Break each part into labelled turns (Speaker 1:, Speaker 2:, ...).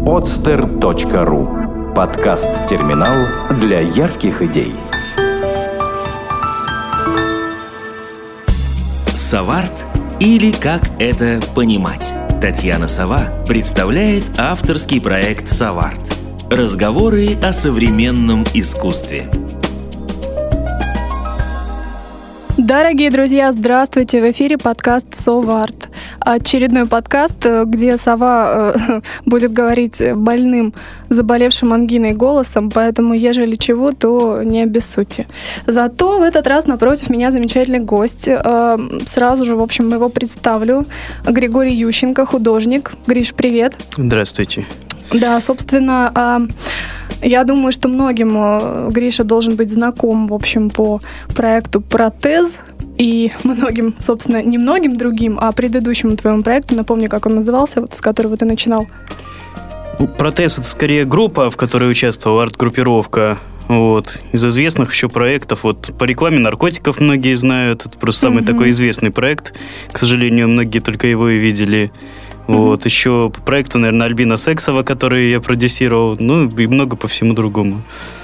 Speaker 1: podster.ru. Подкаст-терминал для ярких идей.
Speaker 2: Саварт или как это понимать? Татьяна Сова представляет авторский проект «Саварт». Разговоры о современном искусстве.
Speaker 3: Дорогие друзья, здравствуйте! В эфире подкаст «Соварт». Очередной подкаст, где Сова будет говорить больным, заболевшим ангиной голосом, поэтому, ежели чего, то не обессудьте. Зато в этот раз напротив меня замечательный гость. Сразу же, в общем, его представлю. Григорий Ющенко, художник. Гриш, привет!
Speaker 4: Здравствуйте.
Speaker 3: Да, собственно, я думаю, что многим Гриша должен быть знаком, в общем, по проекту «Протез». И многим, собственно, не многим другим, а предыдущему твоему проекту, напомню, как он назывался, вот, с которого ты начинал.
Speaker 4: «Протез» — это скорее группа, в которой участвовала арт-группировка. Вот. Из известных еще проектов, вот по рекламе наркотиков многие знают, это просто самый такой известный проект. К сожалению, многие только его и видели. Вот. Еще по проекту, наверное, Альбина Сексова, который я продюсировал, ну и много по всему другому.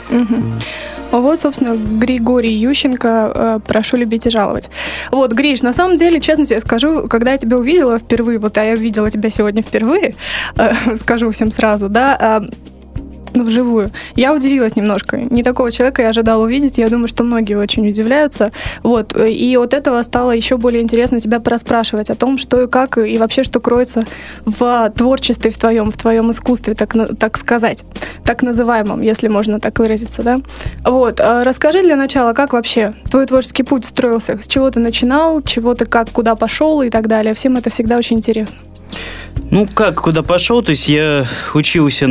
Speaker 3: Вот, собственно, Григорий Ющенко, прошу любить и жаловать. Вот, Гриш, на самом деле, честно тебе скажу, когда я тебя увидела впервые, вот, а я видела тебя сегодня впервые, скажу всем сразу, да, вживую. Я удивилась немножко. Не такого человека я ожидала увидеть. Я думаю, что многие очень удивляются. Вот. И от этого стало еще более интересно тебя порасспрашивать о том, что и как, и вообще, что кроется в творчестве в твоем искусстве, так сказать, так называемом, если можно так выразиться, да? Вот. Расскажи для начала, как вообще твой творческий путь строился? С чего ты начинал, чего ты как, куда пошел и так далее. Всем это всегда очень интересно.
Speaker 4: Ну, как, куда пошел? То есть я учился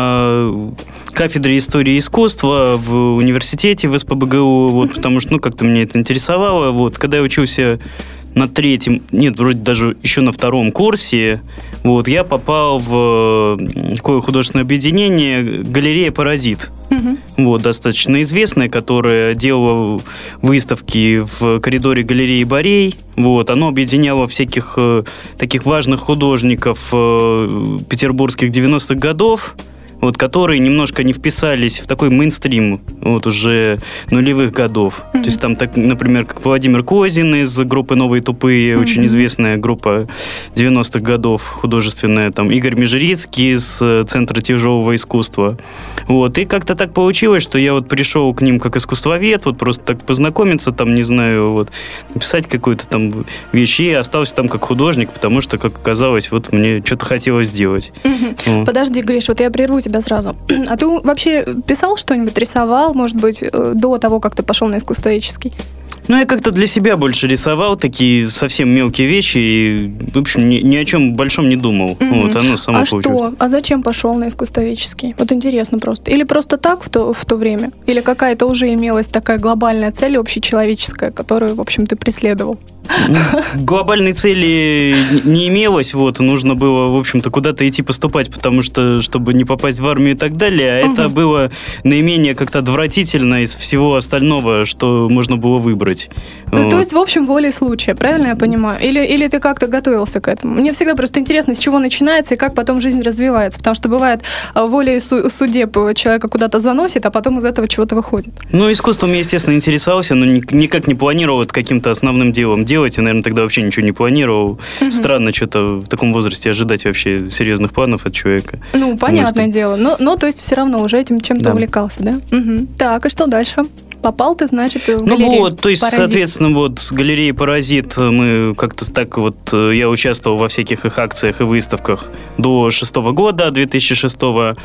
Speaker 4: на кафедре истории искусства в университете, в СПбГУ, вот, потому что, как-то меня это интересовало. Вот, когда я учился на третьем, нет, вроде даже еще на втором курсе, вот, я попал в такое художественное объединение «Галерея Паразит». Вот, достаточно известное, которое делало выставки в коридоре галереи Борей. Вот, оно объединяло всяких таких важных художников петербургских 90-х годов, вот, которые немножко не вписались в такой мейнстрим вот, уже нулевых годов. То есть там, так, например, как Владимир Козин из группы «Новые тупые», очень известная группа 90-х годов художественная, там Игорь Межерицкий из Центра тяжелого искусства. Вот. И как-то так получилось, что я вот пришел к ним как искусствовед, вот просто так познакомиться, там, не знаю, вот, написать какую-то там вещь, и остался там как художник, потому что, как оказалось, вот мне что-то хотелось сделать.
Speaker 3: Подожди, Гриш, вот я прерву тебя сразу. А ты вообще писал что-нибудь, рисовал, может быть, до того, как ты пошел на искусствоведческий?
Speaker 4: Ну, я как-то для себя больше рисовал такие совсем мелкие вещи и, в общем, ни о чем большом не думал. Вот, оно само получилось.
Speaker 3: Что? А зачем пошел на искусствоведческий? Вот интересно просто. Или просто так в то время? Или какая-то уже имелась такая глобальная цель общечеловеческая, которую, в общем, ты преследовал?
Speaker 4: Глобальной цели не имелось, вот, нужно было, в общем-то, куда-то идти поступать, потому что, чтобы не попасть в армию и так далее, а это было наименее как-то отвратительно из всего остального, что можно было выбрать.
Speaker 3: Ну, то есть, в общем, волей случая, правильно я понимаю? Или ты как-то готовился к этому? Мне всегда просто интересно, с чего начинается и как потом жизнь развивается, потому что бывает, волей судеб человека куда-то заносит, а потом из этого чего-то выходит.
Speaker 4: Ну, искусством я, естественно, интересовался, но никак не планировал это каким-то основным делом делать, и, наверное, тогда вообще ничего не планировал. Странно что-то в таком возрасте ожидать вообще серьезных планов от человека. Ну,
Speaker 3: понятное дело. Но то есть все равно уже этим чем-то увлекался, да? Так, и что дальше? Попал ты, значит, в галерею
Speaker 4: Ну вот, то есть,
Speaker 3: «Паразит».
Speaker 4: Соответственно, вот с галереей «Паразит» мы как-то так вот, я участвовал во всяких их акциях и выставках до 2006 года, 2006,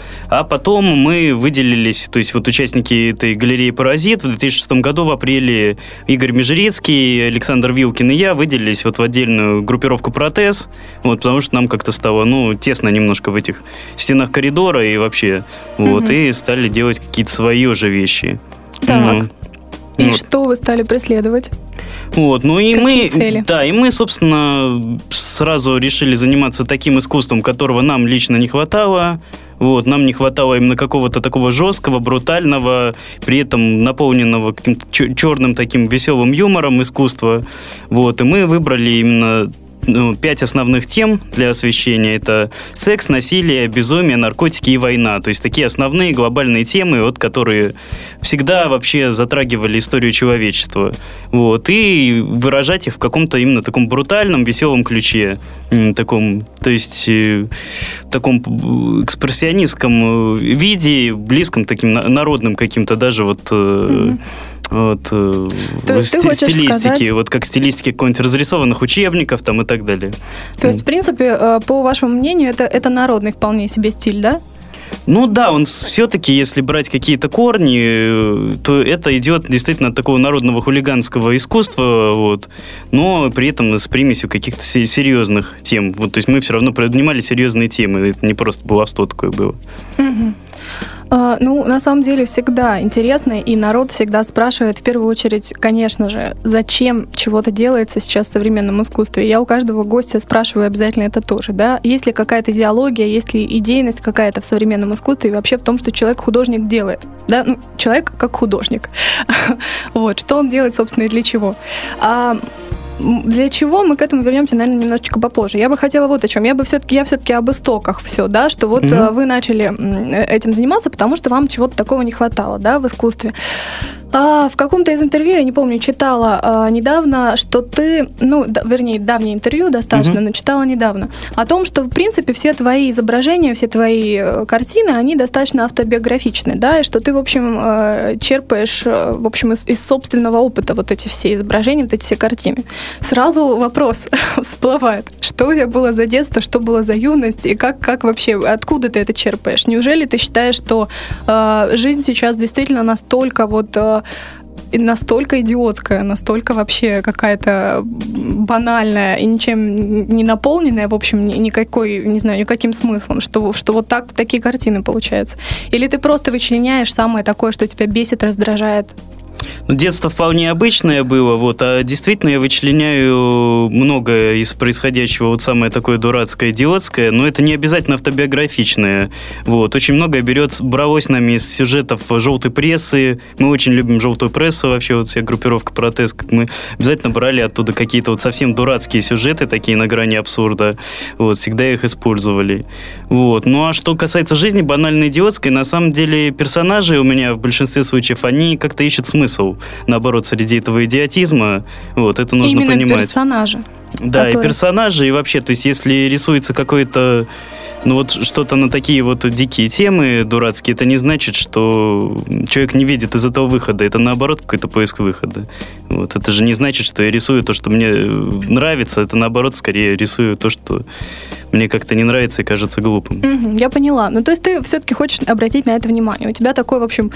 Speaker 4: а потом мы выделились, то есть вот участники этой галереи «Паразит» в 2006 году в апреле Игорь Межерицкий, Александр Вилкин и я выделились вот в отдельную группировку «Протез», вот, потому что нам как-то стало, тесно немножко в этих стенах коридора и вообще, вот, и стали делать какие-то свои уже вещи.
Speaker 3: Так. И что вы стали преследовать?
Speaker 4: Вот, и
Speaker 3: какие цели?
Speaker 4: Да, и мы, собственно, сразу решили заниматься таким искусством, которого нам лично не хватало. Вот, нам не хватало именно какого-то такого жесткого, брутального, при этом наполненного каким-то черным таким веселым юмором искусства. Вот, и мы выбрали именно 5 основных тем для освещения. Это секс, насилие, безумие, наркотики и война. То есть такие основные глобальные темы, вот, которые всегда вообще затрагивали историю человечества. Вот, и выражать их в каком-то именно таком брутальном, веселом ключе. Таком, то есть в таком экспрессионистском виде, близком таким народным каким-то даже вот... стилистики, сказать... вот как стилистики каких-нибудь разрисованных учебников там и так далее.
Speaker 3: То есть, в принципе, по вашему мнению, это народный вполне себе стиль, да?
Speaker 4: Ну да, он все-таки, если брать какие-то корни, то это идет действительно от такого народного хулиганского искусства, вот, но при этом с примесью каких-то серьезных тем. Вот, то есть мы все равно поднимали серьезные темы, это не просто баловство такое было.
Speaker 3: Угу. Ну, на самом деле, всегда интересно, и народ всегда спрашивает, в первую очередь, конечно же, зачем чего-то делается сейчас в современном искусстве. Я у каждого гостя спрашиваю обязательно это тоже, да? Есть ли какая-то идеология, есть ли идейность какая-то в современном искусстве, и вообще в том, что человек художник делает, да? Ну, человек как художник. Вот, что он делает, собственно, и для чего. Для чего, мы к этому вернемся, наверное, немножечко попозже. Я бы хотела вот о чем. Я все-таки об истоках все, да, что вот вы начали этим заниматься, потому что вам чего-то такого не хватало, да, в искусстве. В каком-то из интервью, я не помню, читала недавно, что ты, давнее интервью достаточно, но читала недавно, о том, что, в принципе, все твои изображения, все твои картины, они достаточно автобиографичны, да, и что ты, в общем, черпаешь, в общем, из собственного опыта вот эти все изображения, вот эти все картины. Сразу вопрос всплывает, что у тебя было за детство, что было за юность, и как вообще, откуда ты это черпаешь? Неужели ты считаешь, что жизнь сейчас действительно настолько настолько идиотская, настолько вообще какая-то банальная и ничем не наполненная, в общем, никаким смыслом, что вот так такие картины получаются? Или ты просто вычленяешь самое такое, что тебя бесит, раздражает?
Speaker 4: Ну, детство вполне обычное было, вот, а действительно я вычленяю многое из происходящего, вот самое такое дурацкое, идиотское, но это не обязательно автобиографичное. Вот. Очень многое бралось нами из сюжетов желтой прессы. Мы очень любим желтую прессу, вообще вот вся группировка «Протест», как мы обязательно брали оттуда какие-то вот совсем дурацкие сюжеты, такие на грани абсурда. Вот, всегда их использовали. Вот. Ну, а что касается жизни банальной, идиотской, на самом деле персонажи у меня в большинстве случаев, они как-то ищут смысл, наоборот, среди этого идиотизма. Вот, это нужно
Speaker 3: именно
Speaker 4: понимать.
Speaker 3: Персонажи.
Speaker 4: Да, которые... и персонажи, и вообще, то есть, если рисуется какой-то, вот что-то на такие вот дикие темы дурацкие, это не значит, что человек не видит из этого выхода. Это, наоборот, какой-то поиск выхода. Вот, это же не значит, что я рисую то, что мне нравится. Это, наоборот, скорее рисую то, что мне как-то не нравится и кажется глупым.
Speaker 3: Я поняла. Ну, то есть ты все-таки хочешь обратить на это внимание. У тебя такое, в общем,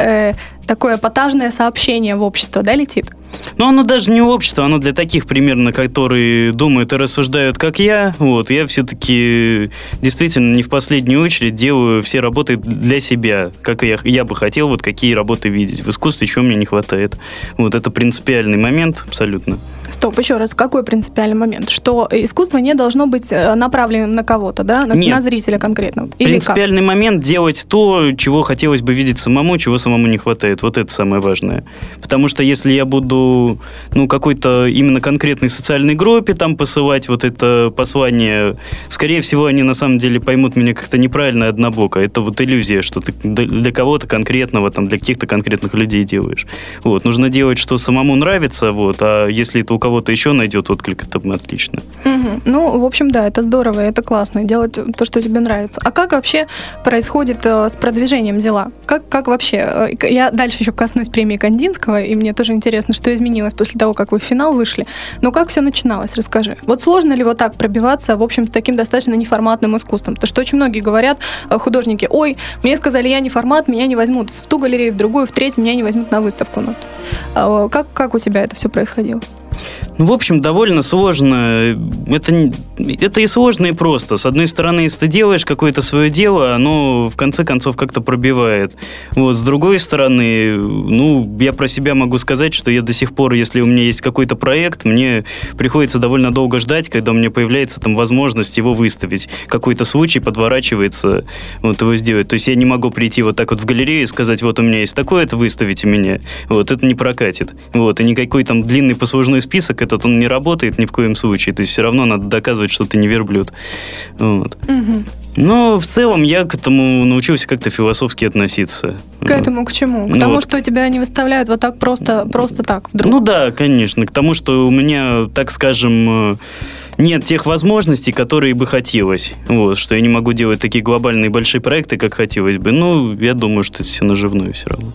Speaker 3: такое эпатажное сообщение в общество, да, летит?
Speaker 4: Ну, оно даже не общество, оно для таких примерно, которые думают и рассуждают, как я. Вот, я все-таки действительно не в последнюю очередь делаю все работы для себя, как я бы хотел, вот какие работы видеть в искусстве, чего мне не хватает. Вот, это принципиальный момент абсолютно.
Speaker 3: Стоп, еще раз, какой принципиальный момент? Что искусство не должно быть направленным на кого-то, да? На зрителя конкретно? Или
Speaker 4: принципиальный момент — делать то, чего хотелось бы видеть самому, чего самому не хватает. Вот это самое важное. Потому что если я буду, какой-то именно конкретной социальной группе там посылать вот это послание, скорее всего, они на самом деле поймут меня как-то неправильно и однобоко. Это вот иллюзия, что ты для кого-то конкретного, там, для каких-то конкретных людей делаешь. Вот. Нужно делать, что самому нравится, вот, а если это у кого-то еще найдет отклик, это отлично.
Speaker 3: Угу. Ну, в общем, да, это здорово, это классно, делать то, что тебе нравится. А как вообще происходит с продвижением дела? Как вообще? Я дальше еще коснусь премии Кандинского, и мне тоже интересно, что изменилось после того, как вы в финал вышли. Но как все начиналось? Расскажи. Вот сложно ли вот так пробиваться, в общем, с таким достаточно неформатным искусством? Потому что очень многие говорят, художники, ой, мне сказали, я не формат, меня не возьмут в ту галерею, в другую, в третью, меня не возьмут на выставку. Как у тебя это все происходило?
Speaker 4: Ну, в общем, довольно сложно. Это и сложно, и просто. С одной стороны, если ты делаешь какое-то свое дело, оно в конце концов как-то пробивает. Вот. С другой стороны, я про себя могу сказать, что я до сих пор, если у меня есть какой-то проект, мне приходится довольно долго ждать, когда у меня появляется там возможность его выставить. Какой-то случай подворачивается, вот его сделать. То есть я не могу прийти вот так вот в галерею и сказать, вот у меня есть такое, это выставите меня. Вот, это не прокатит. Вот, и никакой там длинный послужной список этот, он не работает ни в коем случае. То есть все равно надо доказывать, что ты не верблюд. Вот. Но в целом я к этому научился как-то философски относиться.
Speaker 3: К этому к чему? К тому, что тебя не выставляют вот так просто так вдруг?
Speaker 4: Ну да, конечно. К тому, что у меня, так скажем, нет тех возможностей, которые бы хотелось. Вот, что я не могу делать такие глобальные большие проекты, как хотелось бы. Ну, я думаю, что это все наживное все равно.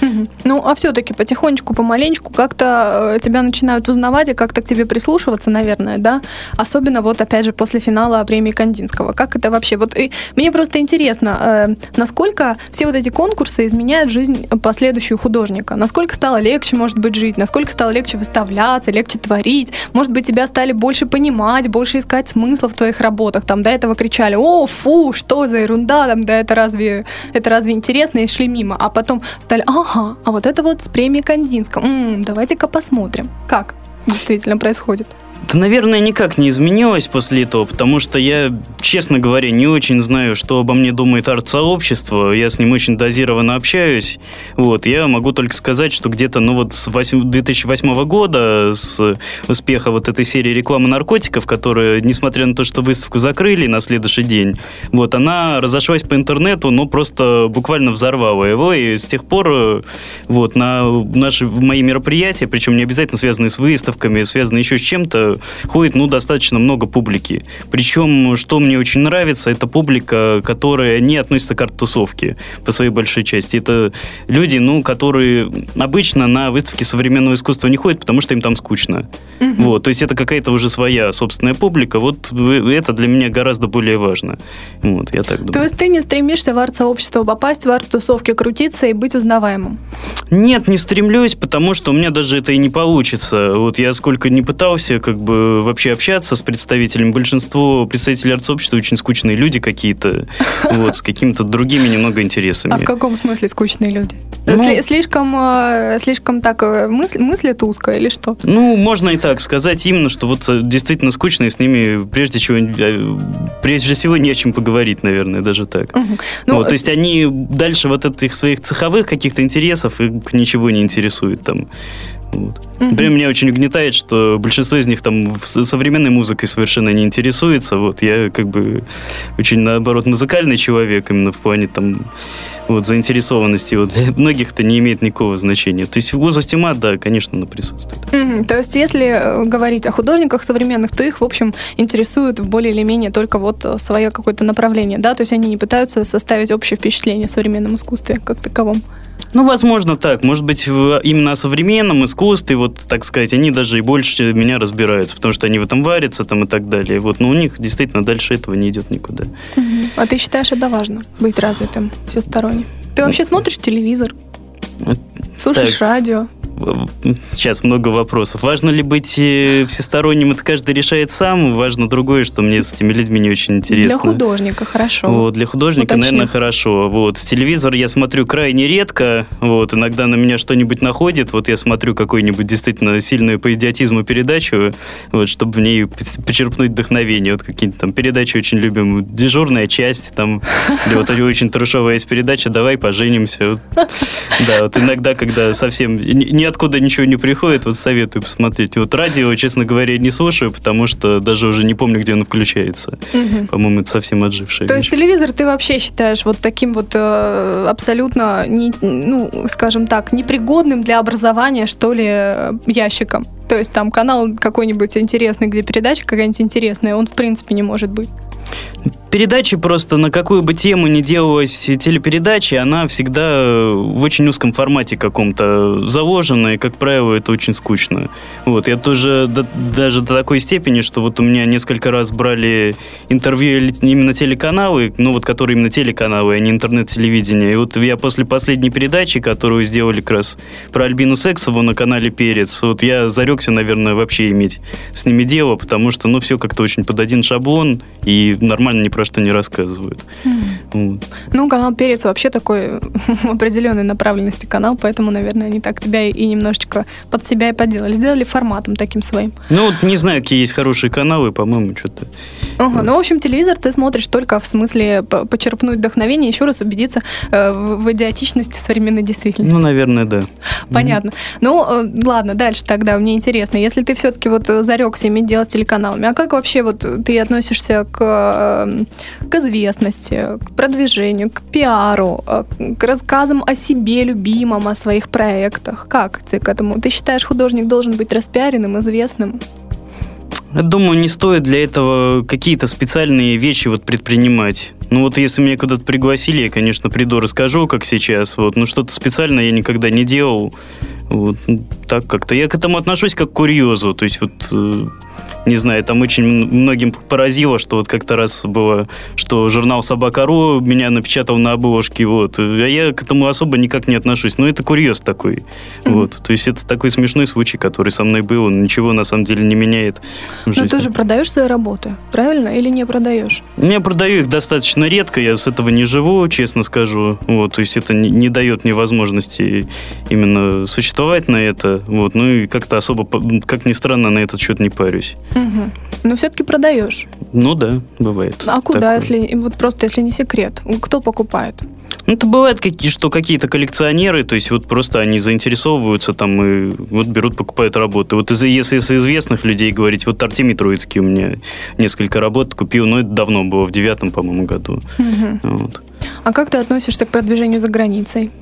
Speaker 3: Ну, а все-таки потихонечку, помаленечку как-то тебя начинают узнавать и как-то к тебе прислушиваться, наверное, да? Особенно вот, опять же, после финала премии Кандинского. Как это вообще? Вот мне просто интересно, насколько все вот эти конкурсы изменяют жизнь последующую художника? Насколько стало легче, может быть, жить? Насколько стало легче выставляться, легче творить? Может быть, тебя стали больше понимать, больше искать смысла в твоих работах? Там до этого кричали: «О, фу, что за ерунда, там, да это разве интересно?» И шли мимо. А потом стали: «Ага, а вот это вот с премией Кандинского. Давайте-ка посмотрим, как действительно происходит».
Speaker 4: Да, наверное, никак не изменилось после этого, потому что я, честно говоря, не очень знаю, что обо мне думает арт-сообщество. Я с ним очень дозированно общаюсь. Вот, я могу только сказать, что где-то, с 2008 года, с успеха вот этой серии рекламы наркотиков, которая, несмотря на то, что выставку закрыли на следующий день, вот, она разошлась по интернету, но просто буквально взорвала его, и с тех пор вот, на мои мероприятия, причем не обязательно связанные с выставками, связанные еще с чем-то, ходит, достаточно много публики. Причем, что мне очень нравится, это публика, которая не относится к арт-тусовке по своей большой части. Это люди, которые обычно на выставке современного искусства не ходят, потому что им там скучно. Вот, то есть это какая-то уже своя собственная публика. Вот это для меня гораздо более важно. Вот, я так думаю.
Speaker 3: То есть ты не стремишься в арт-сообщество попасть, в арт-тусовке крутиться и быть узнаваемым?
Speaker 4: Нет, не стремлюсь, потому что у меня даже это и не получится. Вот я сколько не пытался вообще общаться с представителями, большинство представителей арт-сообщества очень скучные люди какие-то, вот, с какими-то другими немного интересами.
Speaker 3: А в каком смысле скучные люди? Слишком так мыслят узко или что?
Speaker 4: Можно и так сказать, именно, что вот действительно скучно, и с ними прежде всего не о чем поговорить, наверное, даже так. То есть они дальше вот этих своих цеховых каких-то интересов их ничего не интересует там. Вот. Например, меня очень угнетает, что большинство из них там современной музыкой совершенно не интересуется. Вот. Я очень, наоборот, музыкальный человек именно в плане заинтересованности. Вот. Для многих это не имеет никакого значения. То есть в узости мат, да, конечно, она присутствует.
Speaker 3: То есть если говорить о художниках современных, то их, в общем, интересует более или менее только вот свое какое-то направление, да? То есть они не пытаются составить общее впечатление о современном искусстве как таковом.
Speaker 4: Возможно, так. Может быть, именно о современном искусстве, вот, так сказать, они даже и больше меня разбираются, потому что они в этом варятся там, и так далее. Вот, но у них действительно дальше этого не идет никуда.
Speaker 3: А ты считаешь, это важно, быть развитым всесторонне? Ты вообще смотришь телевизор? Слушаешь радио?
Speaker 4: Сейчас много вопросов. Важно ли быть всесторонним, это каждый решает сам. Важно другое, что мне с этими людьми не очень интересно.
Speaker 3: Для художника хорошо.
Speaker 4: Вот, для художника, наверное, хорошо. Вот. Телевизор я смотрю крайне редко. Вот. Иногда на меня что-нибудь находит. Вот я смотрю какую-нибудь действительно сильную по идиотизму передачу, вот, чтобы в ней почерпнуть вдохновение. Вот какие-то там передачи очень любим. «Дежурная часть», там, или вот очень трешовая есть передача «Давай поженимся». Да, вот иногда, когда совсем ниоткуда ничего не приходит, вот советую посмотреть. Вот радио, честно говоря, не слушаю, потому что даже уже не помню, где оно включается. По-моему, это совсем отжившая вещь.
Speaker 3: То есть телевизор ты вообще считаешь вот таким вот абсолютно, скажем так, непригодным для образования, что ли, ящиком? То есть там канал какой-нибудь интересный, где передача какая-нибудь интересная, он в принципе не может быть.
Speaker 4: Передачи просто, на какую бы тему ни делалась телепередача, она всегда в очень узком формате каком-то заложена, и, как правило, это очень скучно. Вот, я тоже даже до такой степени, что вот у меня несколько раз брали интервью именно телеканалы, которые именно телеканалы, а не интернет-телевидение. И вот я после последней передачи, которую сделали как раз про Альбину Сексову на канале «Перец», вот я зарекся, наверное, вообще иметь с ними дело, потому что, все как-то очень под один шаблон, и нормально не про что не рассказывают. Вот.
Speaker 3: Ну, канал «Перец» вообще такой определенной направленности канал, поэтому, наверное, они так тебя и немножечко под себя и подделали. Сделали форматом таким своим.
Speaker 4: Ну, вот не знаю, какие есть хорошие каналы, по-моему, что-то...
Speaker 3: Ага, ну, в общем, телевизор ты смотришь только в смысле почерпнуть вдохновение, еще раз убедиться в идиотичности современной действительности.
Speaker 4: Ну, наверное, да.
Speaker 3: Понятно. Ну, ладно, дальше тогда мне интересно. Если ты все-таки вот зарекся иметь дело с телеканалами, а как вообще вот ты относишься к известности, к продвижению, к пиару, к рассказам о себе любимом, о своих проектах? Как ты к этому? Ты считаешь, художник должен быть распиаренным, известным?
Speaker 4: Я думаю, не стоит для этого какие-то специальные вещи вот предпринимать. Ну вот если меня куда-то пригласили, я, конечно, приду, расскажу, как сейчас. Вот, но что-то специальное я никогда не делал. Вот, так как-то. Я к этому отношусь как к курьезу. То есть вот... Не знаю, там очень многим поразило, что вот как-то раз было, что журнал «Собака.ру» меня напечатал на обложке, вот. А я к этому особо никак не отношусь. Но это курьез такой. Вот. То есть это такой смешной случай, который со мной был. Он ничего на самом деле не меняет в жизни.
Speaker 3: Но ты же продаешь свои работы, правильно? Или не продаешь?
Speaker 4: Я продаю их достаточно редко, я с этого не живу, честно скажу. Вот. То есть это не дает мне возможности именно существовать на это. Вот. Ну и как-то особо, как ни странно, на этот счет не парюсь.
Speaker 3: Угу. Но все-таки продаешь.
Speaker 4: Ну да, бывает.
Speaker 3: А куда, если вот просто если не секрет? Кто покупает?
Speaker 4: Ну, это бывает, что какие-то коллекционеры, то есть вот просто они заинтересовываются там и вот берут, покупают работы. Вот если из известных людей говорить, вот Артемий Троицкий у меня несколько работ купил, но это давно было, в 2009, по-моему, году. Угу. Вот.
Speaker 3: А как ты относишься к продвижению за границей?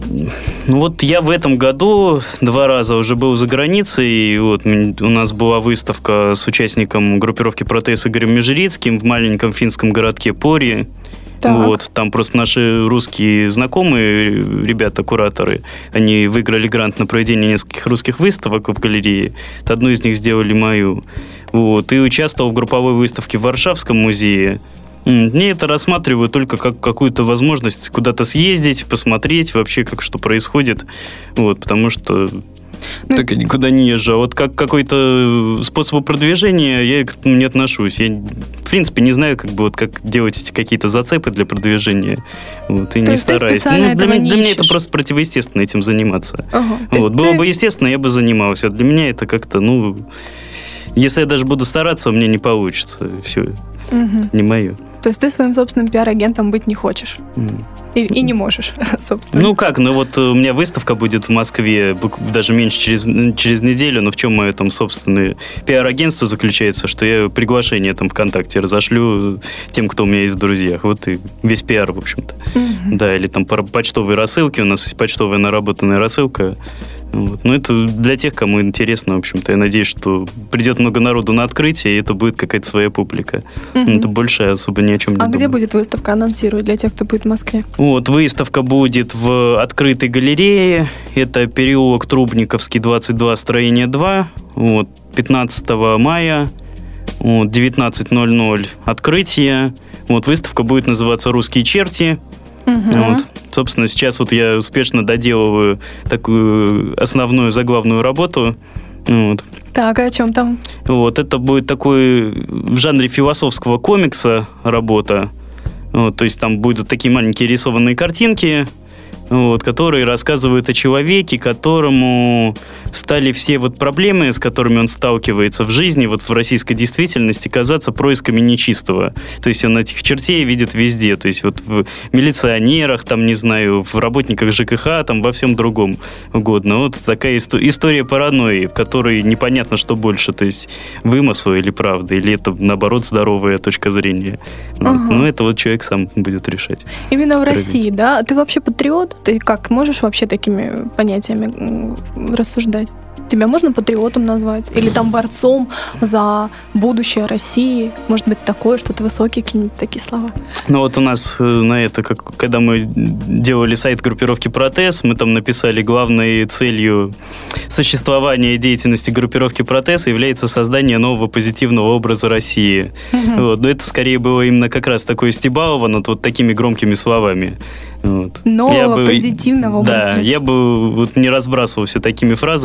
Speaker 4: Ну вот я в этом году 2 раза уже был за границей, и вот у нас была выставка с участником группировки «Протез» Игорем Межерицким в маленьком финском городке Пори. Вот, там просто наши русские знакомые ребята, кураторы, они выиграли грант на проведение нескольких русских выставок в галерее. Одну из них сделали мою. Вот, и участвовал в групповой выставке в Варшавском музее. Мне это рассматриваю только как какую-то возможность куда-то съездить, посмотреть вообще, как что происходит. Вот, потому что так я никуда не езжу. А вот как какой-то способ продвижения я к этому не отношусь. Я, в принципе, не знаю, как делать эти какие-то зацепы для продвижения. Вот, и то не стараюсь. Для меня это просто противоестественно этим заниматься. Вот, было бы естественно, я бы занимался. А для меня это как-то, если я даже буду стараться, у меня не получится. Все, не мое.
Speaker 3: То есть ты своим собственным пиар-агентом быть не хочешь? И не можешь, собственно.
Speaker 4: Ну как, вот у меня выставка будет в Москве даже меньше через неделю, но в чем мое там собственное пиар-агентство заключается, что я приглашение там ВКонтакте разошлю тем, кто у меня есть в друзьях. Вот и весь пиар, в общем-то. Да, или там по почтовой рассылке, у нас есть почтовая наработанная рассылка. Вот. Но это для тех, кому интересно, в общем-то. Я надеюсь, что придет много народу на открытие, и это будет какая-то своя публика. Это больше особо ни о чем не думаю.
Speaker 3: А где будет выставка? Анонсируй для тех, кто будет в Москве.
Speaker 4: Вот, выставка будет в открытой галерее. Это переулок Трубниковский, 22, строение 2. Вот, 15 мая, 19:00 открытие. Вот, выставка будет называться «Русские черти». Вот. Собственно, сейчас вот я успешно доделываю такую основную заглавную работу. Вот.
Speaker 3: Так, а о чем там?
Speaker 4: Вот, это будет такой в жанре философского комикса работа. Вот, то есть там будут такие маленькие рисованные картинки, вот, которые рассказывают о человеке, которому стали все вот проблемы, с которыми он сталкивается в жизни, вот в российской действительности, казаться происками нечистого. То есть он этих чертей видит везде. То есть вот в милиционерах, там, не знаю, в работниках ЖКХ, там, во всем другом угодно. Вот такая история паранойи, в которой непонятно, что больше. То есть вымысел или правда, или это, наоборот, здоровая точка зрения. Вот. Но это вот человек сам будет решать.
Speaker 3: Именно в России, да? Ты вообще патриот? Ты как, можешь вообще такими понятиями рассуждать? Тебя можно патриотом назвать? Или там борцом за будущее России? Может быть, такое, что-то высокие какие-нибудь такие слова?
Speaker 4: Ну вот у нас на это, когда мы делали сайт группировки «Протез», мы там написали: главной целью существования и деятельности группировки «Протез» является создание нового позитивного образа России. Вот. Но это скорее было именно как раз такое стебалово над вот такими громкими словами. Вот.
Speaker 3: Нового позитивного образа.
Speaker 4: Да, я бы вот не разбрасывался такими фразами всерьез.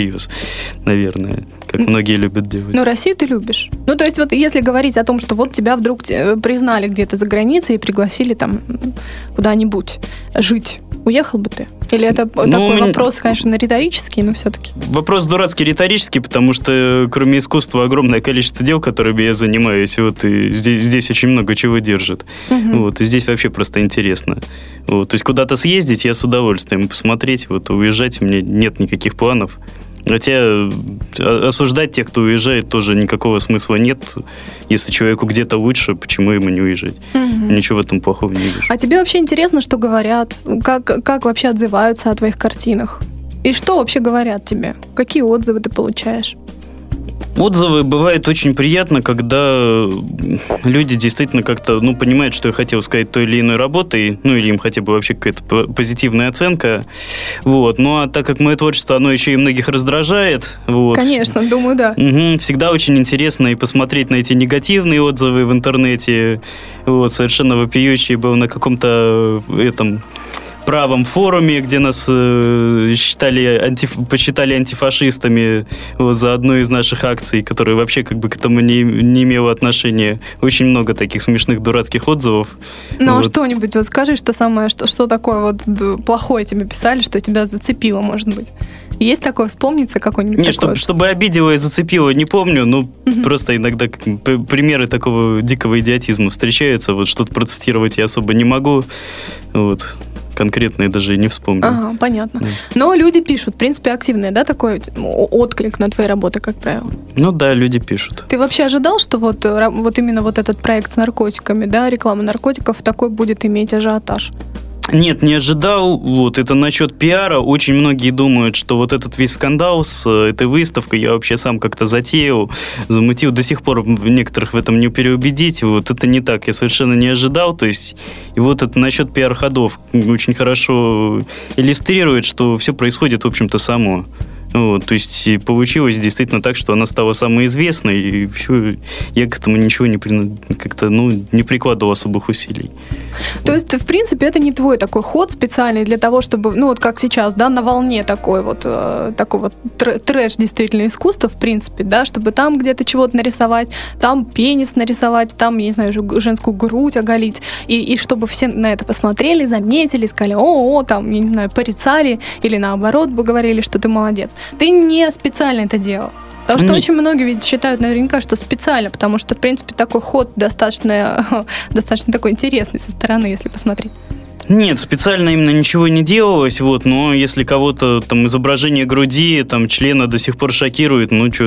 Speaker 4: всерьез, наверное, как многие любят делать.
Speaker 3: Но Россию ты любишь. Ну, то есть вот если говорить о том, что вот тебя вдруг признали где-то за границей и пригласили там куда-нибудь жить, уехал бы ты? Или это такой вопрос, конечно, риторический, но все-таки?
Speaker 4: Вопрос дурацкий риторический, потому что кроме искусства огромное количество дел, которыми я занимаюсь, вот, и здесь очень много чего держит. Вот, и здесь вообще просто интересно. Вот, то есть куда-то съездить я с удовольствием, посмотреть, вот, уезжать у меня нет никаких планов. Хотя осуждать тех, кто уезжает, тоже никакого смысла нет. Если человеку где-то лучше, почему ему не уезжать? Ничего в этом плохого не вижу.
Speaker 3: А тебе вообще интересно, что говорят? Как вообще отзываются о твоих картинах? И что вообще говорят тебе? Какие отзывы ты получаешь?
Speaker 4: Отзывы бывает очень приятно, когда люди действительно как-то, понимают, что я хотел сказать той или иной работой, или им хотя бы вообще какая-то позитивная оценка. Вот. Ну, а так как мое творчество, оно еще и многих раздражает. Вот.
Speaker 3: Конечно, думаю, да.
Speaker 4: Всегда очень интересно и посмотреть на эти негативные отзывы в интернете. Вот, совершенно вопиющие был на каком-то правом форуме, где нас посчитали антифашистами за одну из наших акций, которая вообще как бы к этому не имела отношения. Очень много таких смешных, дурацких отзывов.
Speaker 3: Ну, а что-нибудь вот скажи, что самое, что такое вот плохое тебе писали, что тебя зацепило, может быть? Есть такое, вспомнится какой-нибудь
Speaker 4: Нет,
Speaker 3: такой?
Speaker 4: чтобы обидело и зацепило, не помню, просто иногда примеры такого дикого идиотизма встречаются, вот что-то процитировать я особо не могу, вот. Конкретные даже не вспомню.
Speaker 3: Ага, понятно. Но люди пишут, в принципе, активные, да, такой отклик на твои работы, как правило? Ну да,
Speaker 4: люди пишут.
Speaker 3: Ты вообще ожидал, что вот именно вот этот проект с наркотиками, да, реклама наркотиков, такой будет иметь ажиотаж?
Speaker 4: Нет, не ожидал. Вот, это насчет пиара. Очень многие думают, что вот этот весь скандал с этой выставкой я вообще сам как-то затеял, замутил. До сих пор некоторых в этом не переубедить. Вот это не так. Я совершенно не ожидал. То есть, и вот это насчет пиар-ходов очень хорошо иллюстрирует, что все происходит, в общем-то, само. Вот, то есть получилось действительно так, что она стала самой известной, и все, я к этому ничего не прикладывал особых усилий.
Speaker 3: То есть, в принципе, это не твой такой ход специальный для того, чтобы, вот как сейчас, да, на волне такой вот трэш действительно искусства, в принципе, да, чтобы там где-то чего-то нарисовать, там пенис нарисовать, там, я не знаю, женскую грудь оголить, и чтобы все на это посмотрели, заметили, сказали, там, я не знаю, порицали, или наоборот бы говорили, что ты молодец. Ты не специально это делал. Потому что очень многие ведь считают наверняка, что специально, потому что, в принципе, такой ход достаточно такой интересный со стороны, если посмотреть.
Speaker 4: Нет, специально именно ничего не делалось, вот, но если кого-то там изображение груди, там члена до сих пор шокирует,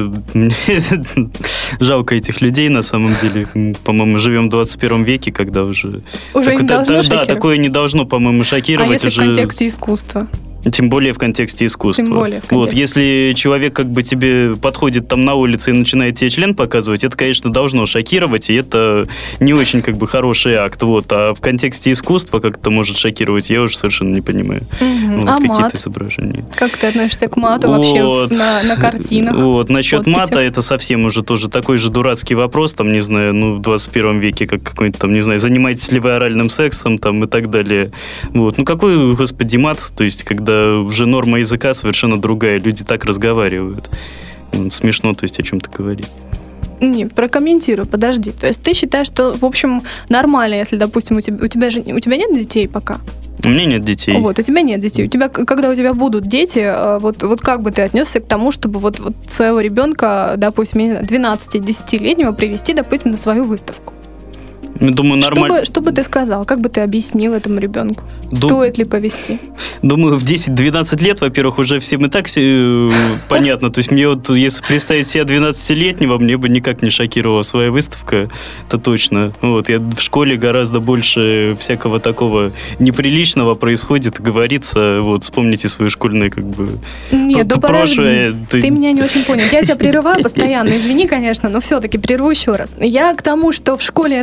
Speaker 4: жалко этих людей на самом деле. По-моему, живем в 21 веке, когда уже
Speaker 3: не должно шокировать.
Speaker 4: Да, такое не должно, по-моему, шокировать.
Speaker 3: А если в контексте искусства?
Speaker 4: Тем более в контексте искусства.
Speaker 3: Тем более в контексте.
Speaker 4: Вот, если человек как бы тебе подходит там на улице и начинает тебе член показывать, это, конечно, должно шокировать, и это не очень как бы хороший акт. Вот. А в контексте искусства как это может шокировать, я уже совершенно не понимаю. Какие-то
Speaker 3: мат?
Speaker 4: Изображения.
Speaker 3: Как ты относишься к мату вообще на картинах?
Speaker 4: Вот, насчет мата, это совсем уже тоже такой же дурацкий вопрос, там, не знаю, в 21 веке, как какой-то там, не знаю, занимаетесь ли вы оральным сексом, там, и так далее. Вот. Какой, господи, мат, то есть, когда уже норма языка совершенно другая. Люди так разговаривают. Смешно, то есть, о чем-то говорить.
Speaker 3: Не, прокомментирую, подожди. То есть ты считаешь, что, в общем, нормально, если, допустим, у тебя нет детей пока?
Speaker 4: У меня нет детей.
Speaker 3: Вот, у тебя нет детей. Когда у тебя будут дети, вот как бы ты отнесся к тому, чтобы вот своего ребенка, допустим, 12-10-летнего привести, допустим, на свою выставку?
Speaker 4: Думаю, нормально.
Speaker 3: Что бы ты сказал? Как бы ты объяснил этому ребенку? Стоит ли повести?
Speaker 4: Думаю, в 10-12 лет, во-первых, уже всем и так понятно. То есть мне вот, если представить себя 12-летнего, мне бы никак не шокировала своя выставка. Это точно. Вот, я в школе гораздо больше всякого такого неприличного происходит, говорится. Вот, вспомните свои школьные как бы
Speaker 3: Нет, да подожди. Ты меня не очень понял. Я тебя прерываю постоянно. Извини, конечно, но все-таки прерву еще раз. Я к тому, что в школе это одно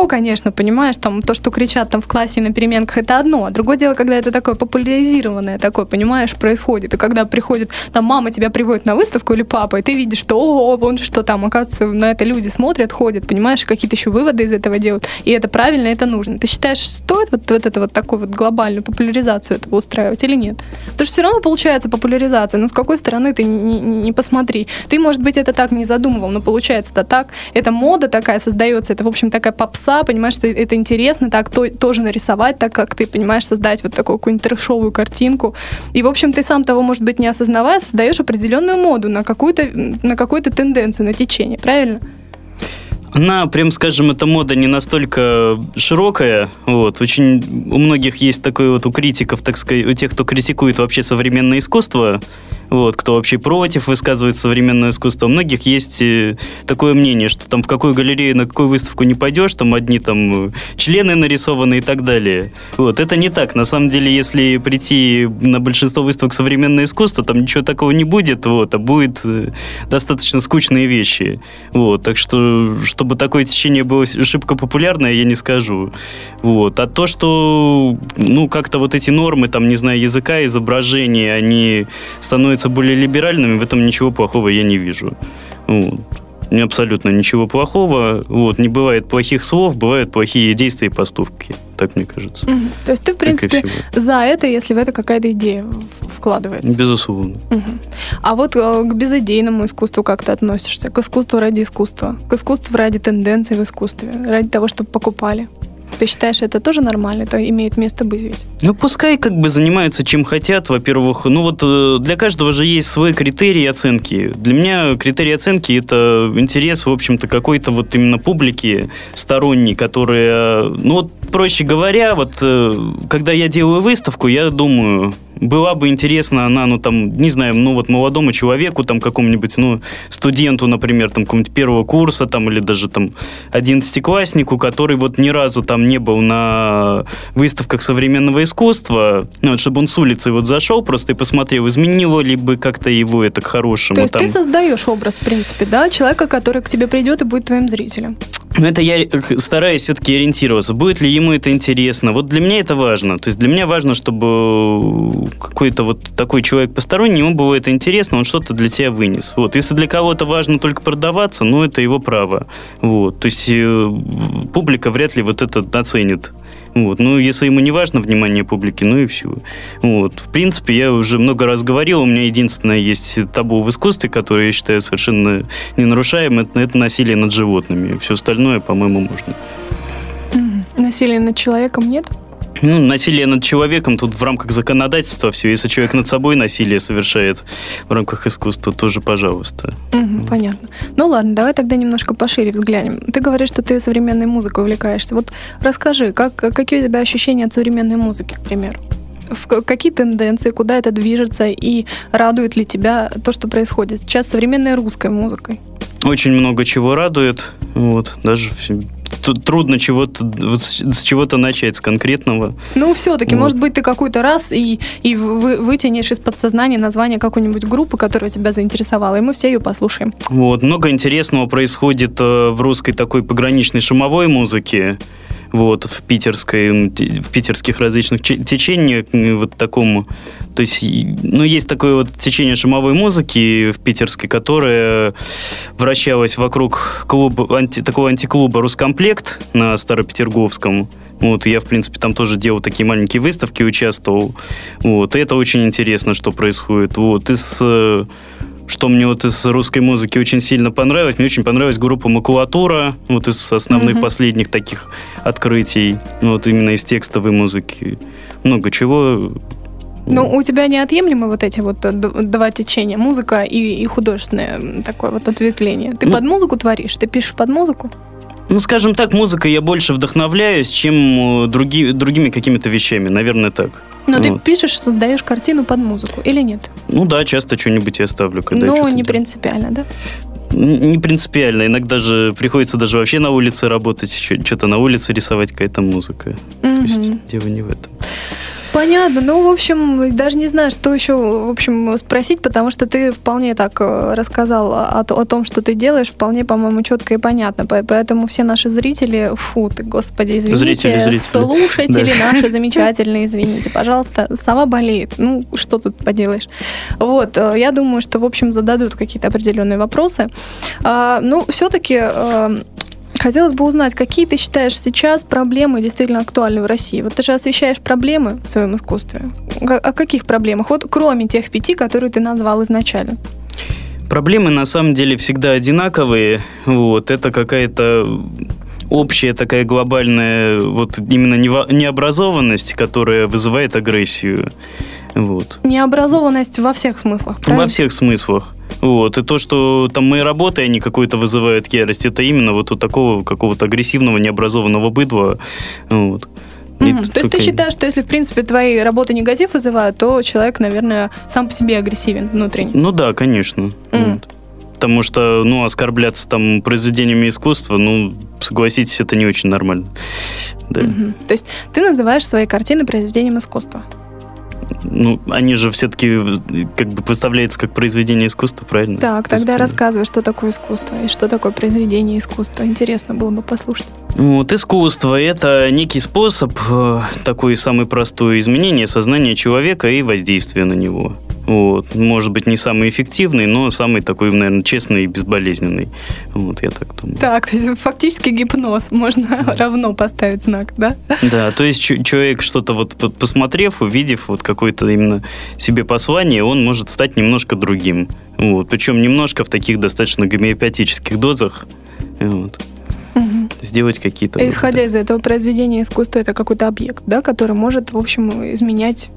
Speaker 3: хорошо, конечно, понимаешь, там то, что кричат там в классе на переменках, это одно. А другое дело, когда это такое популяризированное такое, понимаешь, происходит. И когда приходит, там мама тебя приводит на выставку или папа, и ты видишь, что ого, вон что там, оказывается, на это люди смотрят, ходят, понимаешь, какие-то еще выводы из этого делают. И это правильно, это нужно. Ты считаешь, стоит вот это вот такую вот глобальную популяризацию этого устраивать или нет? Потому что все равно получается популяризация. Ну, с какой стороны ты не посмотри. Ты, может быть, это так не задумывал, но получается это так. Это мода такая создается, это, в общем, такая попса, понимаешь, что это интересно так тоже нарисовать, так как ты, понимаешь, создать вот такую какую-нибудь трэшовую картинку. И, в общем, ты сам того, может быть, не осознавая, создаешь определенную моду на какую-то тенденцию, на течение, правильно?
Speaker 4: Она, прям скажем, эта мода не настолько широкая. Вот. Очень у многих есть такое вот у критиков, так сказать, у тех, кто критикует вообще современное искусство, вот, кто вообще против высказывает современное искусство, у многих есть такое мнение, что там в какую галерею, на какую выставку не пойдешь, там одни там члены нарисованы и так далее. Вот. Это не так. На самом деле, если прийти на большинство выставок современное искусство, там ничего такого не будет, вот, а будет достаточно скучные вещи. Вот. Так что, чтобы такое течение было шибко популярное, я не скажу. Вот. А то, что ну, как-то вот эти нормы, там, не знаю, языка, изображения, они становятся более либеральными, в этом ничего плохого я не вижу. Вот. Абсолютно ничего плохого. Вот. Не бывает плохих слов, бывают плохие действия и поступки. Так мне кажется.
Speaker 3: Угу. То есть ты, в принципе, за это, если в это какая-то идея вкладывается?
Speaker 4: Безусловно.
Speaker 3: Угу. А вот к безыдейному искусству как ты относишься? К искусству ради искусства? К искусству ради тенденций в искусстве? Ради того, чтобы покупали? Ты считаешь, это тоже нормально? Это имеет место быть ведь?
Speaker 4: Ну, пускай как бы занимаются чем хотят, во-первых. Ну, вот для каждого же есть свой критерий оценки. Для меня критерий оценки – это интерес, в общем-то, какой-то вот именно публики сторонней, которая… Ну, вот, проще говоря, вот когда я делаю выставку, я думаю… Была бы интересна она, ну, там, не знаю, ну, вот молодому человеку, там, какому-нибудь, ну, студенту, например, там, какого-нибудь первого курса, там, или даже, там, 11-класснику, который вот ни разу там не был на выставках современного искусства, ну, вот, чтобы он с улицы вот зашел просто и посмотрел, изменило ли бы как-то его это к хорошему.
Speaker 3: То есть
Speaker 4: там…
Speaker 3: ты создаешь образ, в принципе, да, человека, который к тебе придет и будет твоим зрителем?
Speaker 4: Ну, это я стараюсь все-таки ориентироваться, будет ли ему это интересно. Вот для меня это важно. То есть для меня важно, чтобы какой-то вот такой человек посторонний, ему было это интересно, он что-то для тебя вынес. Вот. Если для кого-то важно только продаваться, ну, это его право. Вот. То есть публика вряд ли вот это оценит. Вот. Ну, если ему не важно внимание публики, ну и все. Вот. В принципе, я уже много раз говорил, у меня единственное есть табу в искусстве, которое я считаю совершенно ненарушаемым, это насилие над животными. Все остальное, по-моему, можно.
Speaker 3: Насилие над человеком нет?
Speaker 4: Ну, насилие над человеком тут в рамках законодательства все. Если человек над собой насилие совершает в рамках искусства, тоже пожалуйста.
Speaker 3: Понятно. Ну ладно, давай тогда немножко пошире взглянем. Ты говоришь, что ты современной музыкой увлекаешься. Вот расскажи, какие у тебя ощущения от современной музыки, к примеру? Какие тенденции, куда это движется, и радует ли тебя то, что происходит сейчас с современной русской музыкой?
Speaker 4: Очень много чего радует. Вот, даже трудно с чего-то начать, с конкретного.
Speaker 3: Ну, все-таки, вот. Может быть, ты какой-то раз и вытянешь из подсознания название какой-нибудь группы, которая тебя заинтересовала, и мы все ее послушаем. Вот,
Speaker 4: много интересного происходит в русской такой пограничной шумовой музыке. Вот, в питерских различных течениях, вот такому, то есть, ну, есть такое вот течение шумовой музыки в питерской, которое вращалось вокруг такого антиклуба «Рускомплект» на Старопетерговском. Вот, и я, в принципе, там тоже делал такие маленькие выставки, участвовал. Вот, и это очень интересно, что происходит. Вот, что мне вот из русской музыки очень сильно понравилось. Мне очень понравилась группа «Макулатура», вот из основных последних таких открытий, вот именно из текстовой музыки. Много чего.
Speaker 3: Ну, у тебя неотъемлемы вот эти вот два течения, музыка и художественное такое вот ответвление. Ты под музыку творишь, ты пишешь под музыку?
Speaker 4: Ну, скажем так, музыкой я больше вдохновляюсь, чем другими какими-то вещами, наверное, так.
Speaker 3: Но ты пишешь, создаешь картину под музыку или нет?
Speaker 4: Ну да, часто что-нибудь я ставлю, когда
Speaker 3: но не принципиально, да?
Speaker 4: Не принципиально. Иногда же приходится даже вообще на улице работать, что-то на улице рисовать, какая-то музыка. То есть дело не в этом.
Speaker 3: Понятно. Ну, в общем, даже не знаю, что еще, в общем, спросить, потому что ты вполне так рассказал о том, что ты делаешь, вполне, по-моему, четко и понятно. Поэтому все наши зрители, господи, извините,
Speaker 4: зрители.
Speaker 3: Слушатели наши замечательные, извините, пожалуйста, сова болеет. Ну, что тут поделаешь? Вот, я думаю, что, в общем, зададут какие-то определенные вопросы. Ну, все-таки... Хотелось бы узнать, какие ты считаешь сейчас проблемы действительно актуальны в России? Вот ты же освещаешь проблемы в своем искусстве. О каких проблемах? Вот кроме тех 5, которые ты назвал изначально.
Speaker 4: Проблемы на самом деле всегда одинаковые. Вот. Это какая-то общая такая глобальная вот именно необразованность, которая вызывает агрессию. Вот.
Speaker 3: Необразованность во всех смыслах, правильно?
Speaker 4: Во всех смыслах. Вот. И то, что там мои работы, они какой-то вызывают ярость, это именно вот у такого какого-то агрессивного, необразованного быдла. Вот.
Speaker 3: То есть ты считаешь, что если, в принципе, твои работы негатив вызывают, то человек, наверное, сам по себе агрессивен внутренне?
Speaker 4: Ну да, конечно. Вот. Потому что, оскорбляться там произведениями искусства, согласитесь, это не очень нормально. Да.
Speaker 3: То есть ты называешь свои картины произведением искусства?
Speaker 4: Они же все-таки как бы поставляются как произведение искусства, правильно?
Speaker 3: Так, тогда рассказывай, что такое искусство и что такое произведение искусства. Интересно было бы послушать.
Speaker 4: Вот, искусство – это некий способ, такой самый простой, изменения сознания человека и воздействия на него. Вот. Может быть, не самый эффективный, но самый такой, наверное, честный и безболезненный. Вот, я так думаю.
Speaker 3: Так, то есть фактически гипноз. Можно равно поставить знак, да?
Speaker 4: Да, то есть человек, что-то вот посмотрев, увидев вот какое-то именно себе послание, он может стать немножко другим. Вот. Причем немножко в таких достаточно гомеопатических дозах. Вот. Сделать какие-то...
Speaker 3: Исходя из этого, произведение искусства – это какой-то объект, да, который может, в общем, изменять...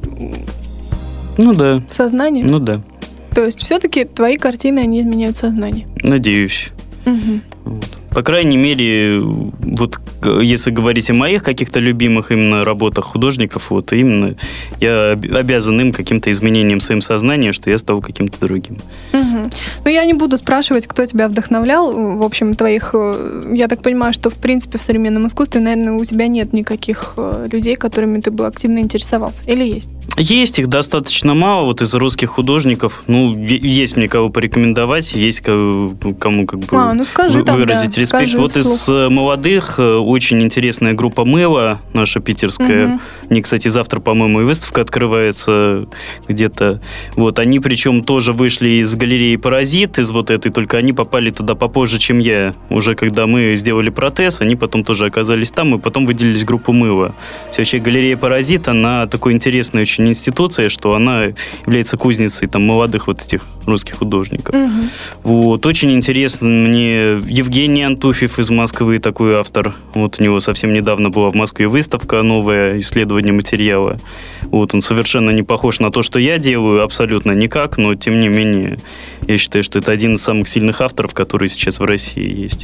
Speaker 4: да.
Speaker 3: Сознание?
Speaker 4: Да.
Speaker 3: То есть все-таки твои картины, они изменяют сознание?
Speaker 4: Надеюсь. Вот. По крайней мере, вот если говорить о моих каких-то любимых именно работах художников, вот именно я обязан им каким-то изменением своим сознания, что я стал каким-то другим.
Speaker 3: Я не буду спрашивать, кто тебя вдохновлял. В общем, твоих... Я так понимаю, что, в принципе, в современном искусстве, наверное, у тебя нет никаких людей, которыми ты бы активно интересовался. Или есть?
Speaker 4: Есть, их достаточно мало. Вот из русских художников, есть мне кого порекомендовать, есть кому как бы
Speaker 3: скажи
Speaker 4: выразить респект. Вот из молодых очень интересная группа «Мыло», наша питерская. Они, кстати, завтра, по-моему, и выставка открывается где-то. Вот, они причем тоже вышли из галереи «Паразит», из вот этой, только они попали туда попозже, чем я. Уже когда мы сделали протез, они потом тоже оказались там, и потом выделились в группу «Мыло». Вообще галерея «Паразит», она такой интересная очень институция, что она является кузницей там молодых вот этих русских художников. Вот, очень интересно мне Евгений Антуфьев из Москвы, такой автор. Вот у него совсем недавно была в Москве выставка, новое исследование материала. Вот, он совершенно не похож на то, что я делаю, абсолютно никак, но тем не менее я считаю, что это один из самых сильных авторов, которые сейчас в России есть.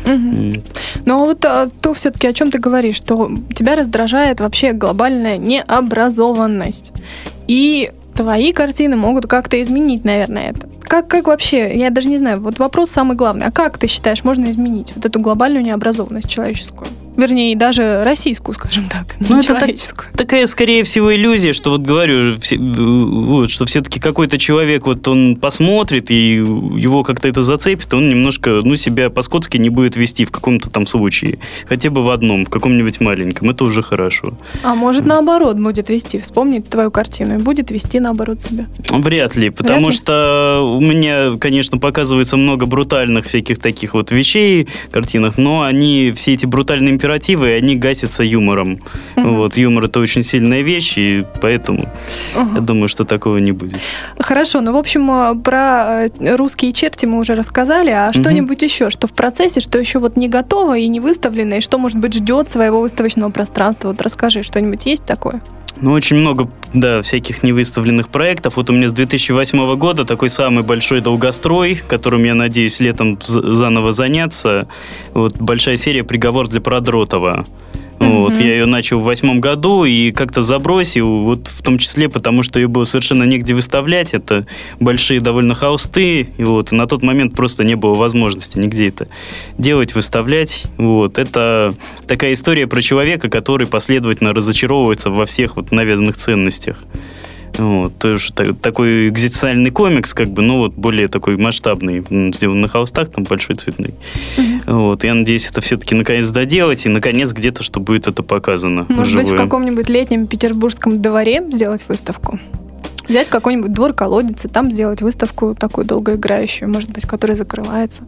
Speaker 3: Но вот то все-таки, о чем ты говоришь, что тебя раздражает вообще глобальная необразованность. И твои картины могут как-то изменить, наверное, это. Как вообще, я даже не знаю, вот вопрос самый главный. А как ты считаешь, можно изменить вот эту глобальную необразованность человеческую? Вернее, даже российскую, скажем так, не человеческую.
Speaker 4: Это такая, скорее всего, иллюзия, что вот говорю, что все-таки какой-то человек, вот он посмотрит, и его как-то это зацепит, он немножко, себя по-скотски не будет вести в каком-то там случае. Хотя бы в одном, в каком-нибудь маленьком. Это уже хорошо. А может, наоборот, будет вести? Вспомнит твою картину и будет вести, наоборот, себя? Вряд ли, потому что у меня, конечно, показывается много брутальных всяких таких вот вещей в картинах, но они, все эти брутальные императивы, они гасятся юмором. Вот, юмор — это очень сильная вещь, и поэтому я думаю, что такого не будет. Хорошо, в общем, про русские черти мы уже рассказали, а что-нибудь еще, что в процессе, что еще вот не готово и не выставлено, и что, может быть, ждет своего выставочного пространства? Вот расскажи, что-нибудь есть такое? Очень много, всяких невыставленных проектов. Вот у меня с 2008 года такой самый большой долгострой, которым я надеюсь летом заново заняться. Вот большая серия «Приговор для Продротова». Вот, я ее начал в 2008 году и как-то забросил, вот в том числе потому, что ее было совершенно негде выставлять. Это большие довольно холсты, и вот, и на тот момент просто не было возможности нигде это делать, выставлять. Вот, это такая история про человека, который последовательно разочаровывается во всех вот навязанных ценностях. Вот, тоже такой экзистенциальный комикс, как бы, но вот более такой масштабный, сделан на холстах, там большой цветной. Вот, я надеюсь, это все-таки наконец доделать, и наконец где-то, что будет это показано.
Speaker 3: Может быть, в каком-нибудь летнем петербургском дворе сделать выставку? Взять какой-нибудь двор-колодец и там сделать выставку такую долгоиграющую, может быть, которая закрывается.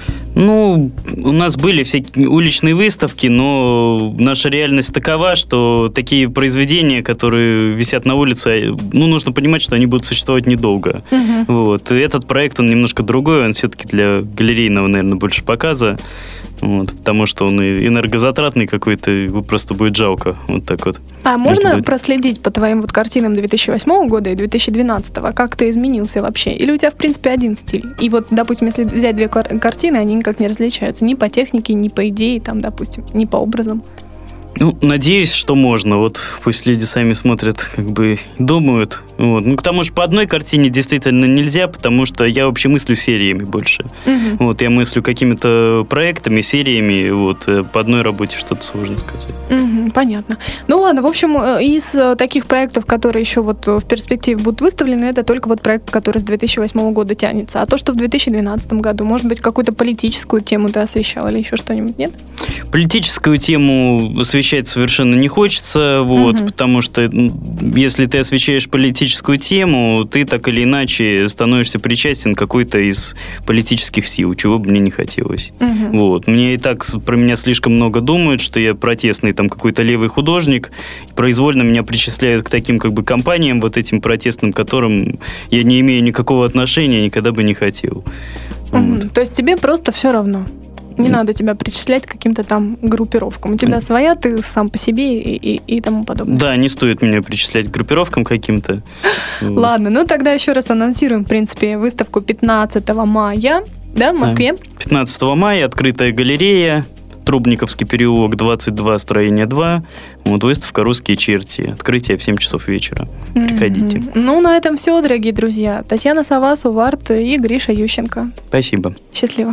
Speaker 4: Ну, у нас были всякие уличные выставки, но наша реальность такова, что такие произведения, которые висят на улице, ну, нужно понимать, что они будут существовать недолго. Вот. И этот проект, он немножко другой, он все-таки для галерейного, наверное, больше показа. Вот, потому что он и энергозатратный какой-то, его просто будет жалко. Вот так вот.
Speaker 3: А можно проследить по твоим вот картинам 2008 года и 2012, как ты изменился вообще? Или у тебя, в принципе, один стиль? И вот, допустим, если взять две картины, они никак не различаются ни по технике, ни по идее, там, допустим, ни по образам.
Speaker 4: Ну, надеюсь, что можно. Вот пусть люди сами смотрят, как бы думают. Вот. Ну, к тому же по одной картине действительно нельзя, потому что я вообще мыслю сериями больше. Вот, я мыслю какими-то проектами, сериями. Вот, по одной работе что-то сложно сказать.
Speaker 3: Понятно. Ну ладно, в общем, из таких проектов, которые еще вот в перспективе будут выставлены, это только вот проект, который с 2008 года тянется. А то, что в 2012 году, может быть, какую-то политическую тему ты освещал или еще что-нибудь, нет?
Speaker 4: Политическую тему освещать совершенно не хочется, вот, потому что если ты освещаешь политическую тему, ты так или иначе становишься причастен к какой-то из политических сил, чего бы мне не хотелось. Вот. Мне и так про меня слишком много думают, что я протестный там какой-то левый художник, произвольно меня причисляют к таким как бы компаниям, вот этим протестным, к которым я не имею никакого отношения, никогда бы не хотел. Вот.
Speaker 3: То есть тебе просто все равно? Не надо тебя причислять к каким-то там группировкам. У тебя своя, ты сам по себе и тому подобное.
Speaker 4: Да, не стоит меня причислять к группировкам каким-то.
Speaker 3: Ладно, ну тогда еще раз анонсируем, в принципе, выставку 15 мая, да, в Москве?
Speaker 4: 15 мая открытая галерея, Трубниковский переулок, 22, строение 2. Вот выставка «Русские черти». Открытие в 7 часов вечера. Приходите.
Speaker 3: Ну, на этом все, дорогие друзья. Татьяна Сова, Суварт и Гриша Ющенко.
Speaker 4: Спасибо.
Speaker 3: Счастливо.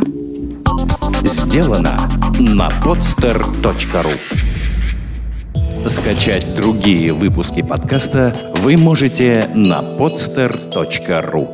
Speaker 1: Сделано на podster.ru. Скачать другие выпуски подкаста вы можете на podster.ru.